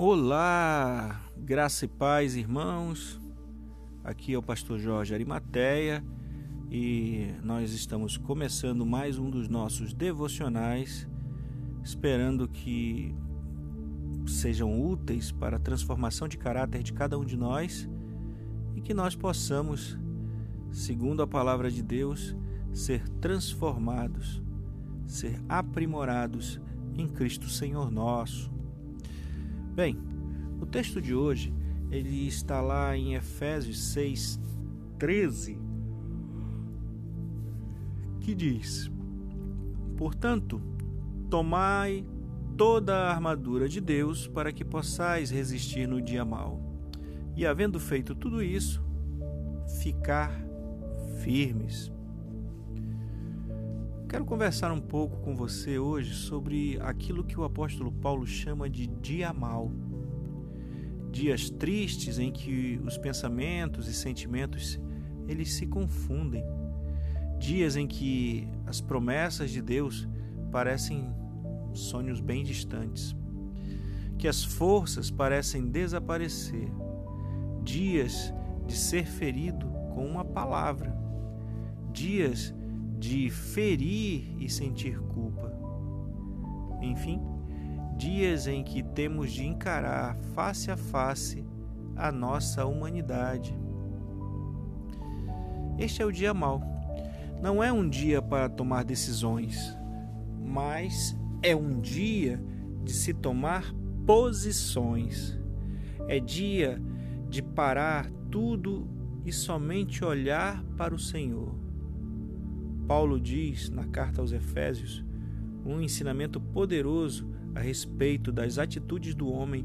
Olá, graça e paz, irmãos. Aqui é o pastor Jorge Arimateia e nós estamos começando mais um dos nossos devocionais, esperando que sejam úteis para a transformação de caráter de cada um de nós e que nós possamos, segundo a palavra de Deus, ser transformados, ser aprimorados em Cristo Senhor nosso. Bem, o texto de hoje, ele está lá em Efésios 6:13, que diz: Portanto, tomai toda a armadura de Deus para que possais resistir no dia mau, e havendo feito tudo isso, ficar firmes. Quero conversar um pouco com você hoje sobre aquilo que o apóstolo Paulo chama de dia mau. Dias tristes em que os pensamentos e sentimentos eles se confundem. Dias em que as promessas de Deus parecem sonhos bem distantes. Que as forças parecem desaparecer. Dias de ser ferido com uma palavra. Dias de ferir e sentir culpa. Enfim, dias em que temos de encarar face a face a nossa humanidade. Este é o dia mau. Não é um dia para tomar decisões, mas é um dia de se tomar posições. É dia de parar tudo e somente olhar para o Senhor. Paulo diz na carta aos Efésios um ensinamento poderoso a respeito das atitudes do homem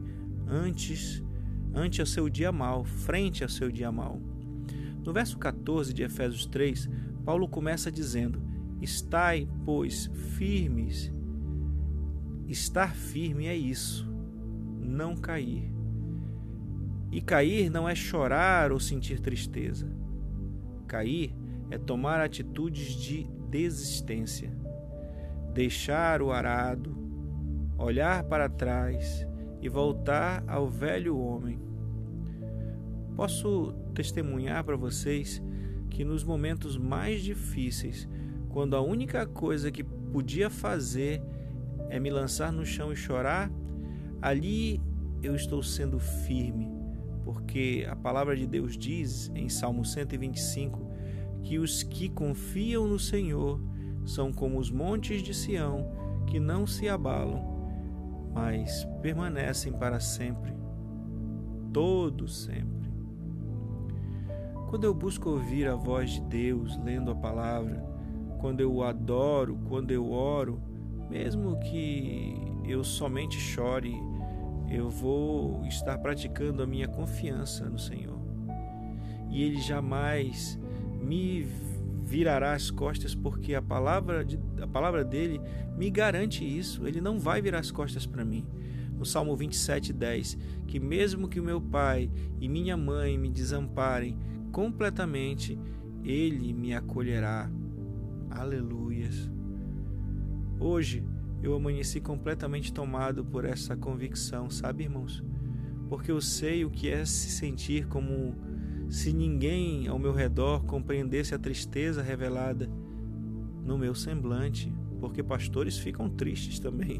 ante ao seu dia mau, frente ao seu dia mau. No verso 14 de Efésios 3, Paulo começa dizendo: Estai, pois, firmes. Estar firme é isso, não cair. E cair não é chorar ou sentir tristeza. Cair é tomar atitudes de desistência, deixar o arado, olhar para trás e voltar ao velho homem. Posso testemunhar para vocês que nos momentos mais difíceis, quando a única coisa que podia fazer é me lançar no chão e chorar, ali eu estou sendo firme, porque a palavra de Deus diz em Salmo 125 que os que confiam no Senhor são como os montes de Sião, que não se abalam, mas permanecem para sempre, todo sempre. Quando eu busco ouvir a voz de Deus, lendo a palavra, quando eu o adoro, quando eu oro, mesmo que eu somente chore, eu vou estar praticando a minha confiança no Senhor. E Ele jamais me virará as costas, porque a palavra dele me garante isso. Ele não vai virar as costas para mim. No Salmo 27:10, que mesmo que o meu pai e minha mãe me desamparem completamente, Ele me acolherá. Aleluias. Hoje eu amanheci completamente tomado por essa convicção, sabe, irmãos? Porque eu sei o que é se sentir como se ninguém ao meu redor compreendesse a tristeza revelada no meu semblante, porque pastores ficam tristes também.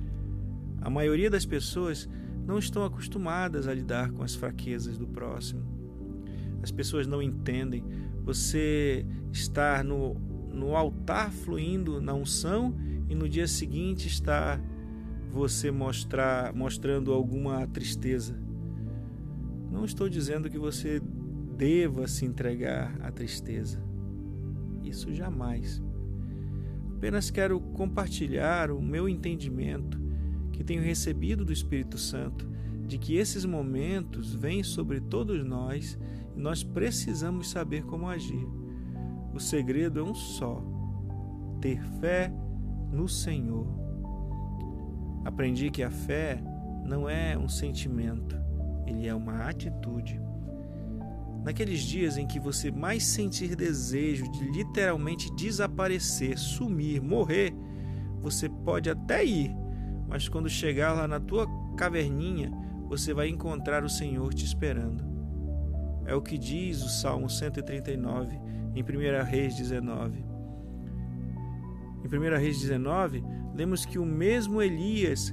A maioria das pessoas não estão acostumadas a lidar com as fraquezas do próximo. As pessoas não entendem. Você estar no altar fluindo na unção e no dia seguinte está você mostrando alguma tristeza. Não estou dizendo que você deva se entregar à tristeza. Isso jamais. Apenas quero compartilhar o meu entendimento que tenho recebido do Espírito Santo, de que esses momentos vêm sobre todos nós e nós precisamos saber como agir. O segredo é um só: ter fé no Senhor. Aprendi que a fé não é um sentimento, ele é uma atitude. Naqueles dias em que você mais sentir desejo de literalmente desaparecer, sumir, morrer, você pode até ir, mas quando chegar lá na tua caverninha, você vai encontrar o Senhor te esperando. É o que diz o Salmo 139, em 1 Reis 19. Em 1 Reis 19, lemos que o mesmo Elias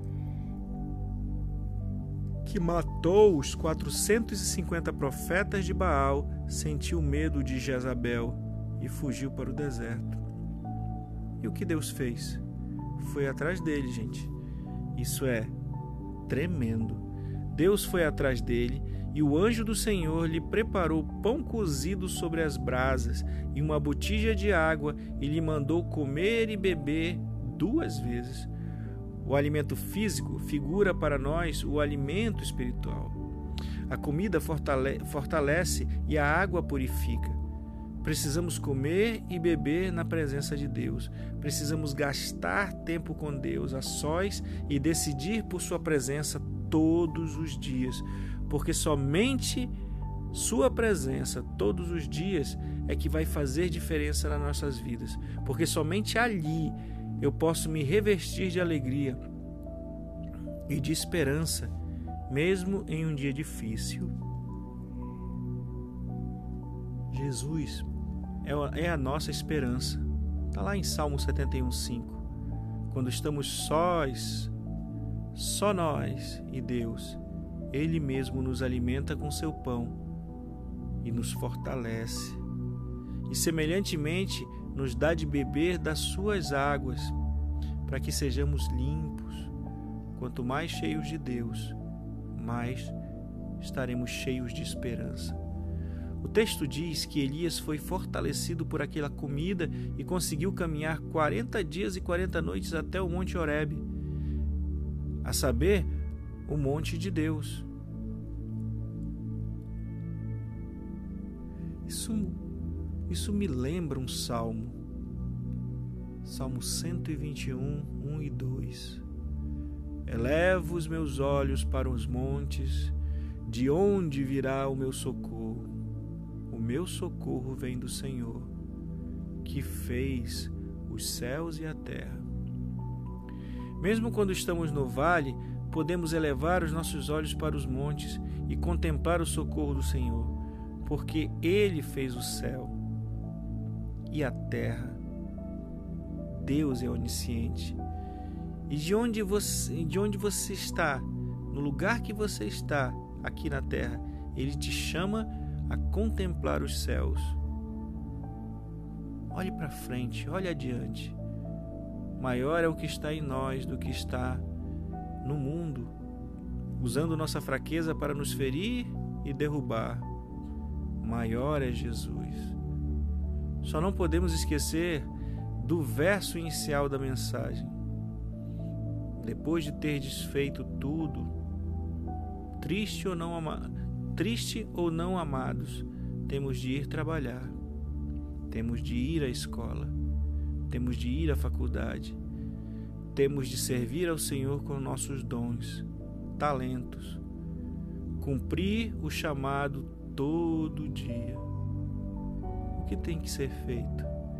que matou os 450 profetas de Baal sentiu medo de Jezabel e fugiu para o deserto. E o que Deus fez? Foi atrás dele, gente. Isso é tremendo. Deus foi atrás dele e o anjo do Senhor lhe preparou pão cozido sobre as brasas e uma botija de água e lhe mandou comer e beber 2 vezes. O alimento físico figura para nós o alimento espiritual. A comida fortalece e a água purifica. Precisamos comer e beber na presença de Deus. Precisamos gastar tempo com Deus a sós e decidir por sua presença todos os dias, porque somente sua presença todos os dias é que vai fazer diferença nas nossas vidas, porque somente ali eu posso me revestir de alegria e de esperança, mesmo em um dia difícil. Jesus é a nossa esperança. Está lá em Salmo 71:5. Quando estamos sós, só nós e Deus, Ele mesmo nos alimenta com seu pão e nos fortalece. E semelhantemente nos dá de beber das suas águas, para que sejamos limpos. Quanto mais cheios de Deus, mais estaremos cheios de esperança. O texto diz que Elias foi fortalecido por aquela comida e conseguiu caminhar 40 dias e 40 noites até o Monte Horebe, a saber, o monte de Deus. Isso me lembra um salmo. Salmo 121, 1 e 2. Elevo os meus olhos para os montes, de onde virá o meu socorro? O meu socorro vem do Senhor, que fez os céus e a terra. Mesmo quando estamos no vale, podemos elevar os nossos olhos para os montes e contemplar o socorro do Senhor, porque Ele fez o céu e a terra. Deus é onisciente. E de onde você está, no lugar que você está, aqui na terra, Ele te chama a contemplar os céus. Olhe para frente, olhe adiante. Maior é o que está em nós do que está no mundo, usando nossa fraqueza para nos ferir e derrubar. Maior é Jesus. Só não podemos esquecer do verso inicial da mensagem. Depois de ter desfeito tudo, triste ou não amados, temos de ir trabalhar, temos de ir à escola, temos de ir à faculdade, temos de servir ao Senhor com nossos dons, talentos, cumprir o chamado todo dia. O que tem que ser feito?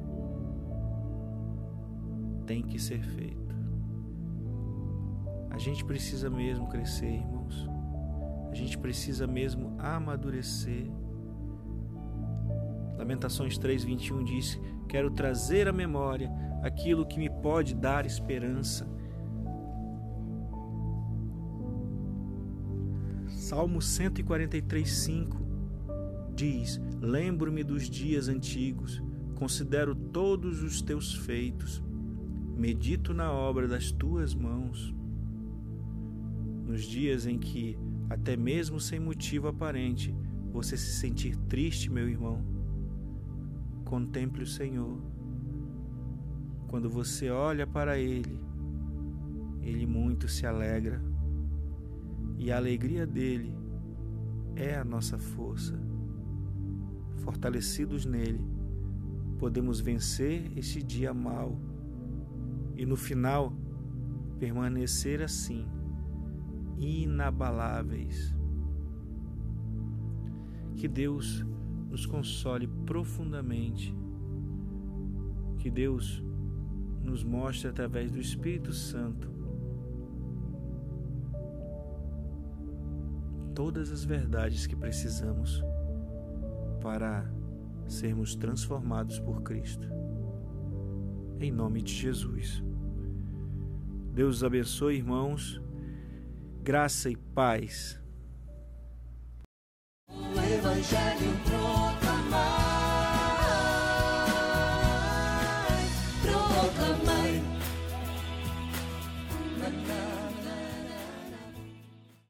Tem que ser feito. A gente precisa mesmo crescer, irmãos. A gente precisa mesmo amadurecer. Lamentações 3:21 diz: quero trazer à memória aquilo que me pode dar esperança. Salmo 143:5 diz: lembro-me dos dias antigos, considero todos os teus feitos, medito na obra das tuas mãos. Nos dias em que, até mesmo sem motivo aparente, você se sentir triste, meu irmão, contemple o Senhor. Quando você olha para Ele, Ele muito se alegra, e a alegria dele é a nossa força. Fortalecidos nele, podemos vencer este dia mau e no final permanecer assim, inabaláveis. Que Deus nos console profundamente, que Deus nos mostre através do Espírito Santo todas as verdades que precisamos para sermos transformados por Cristo. Em nome de Jesus. Deus os abençoe, irmãos. Graça e paz. O Evangelho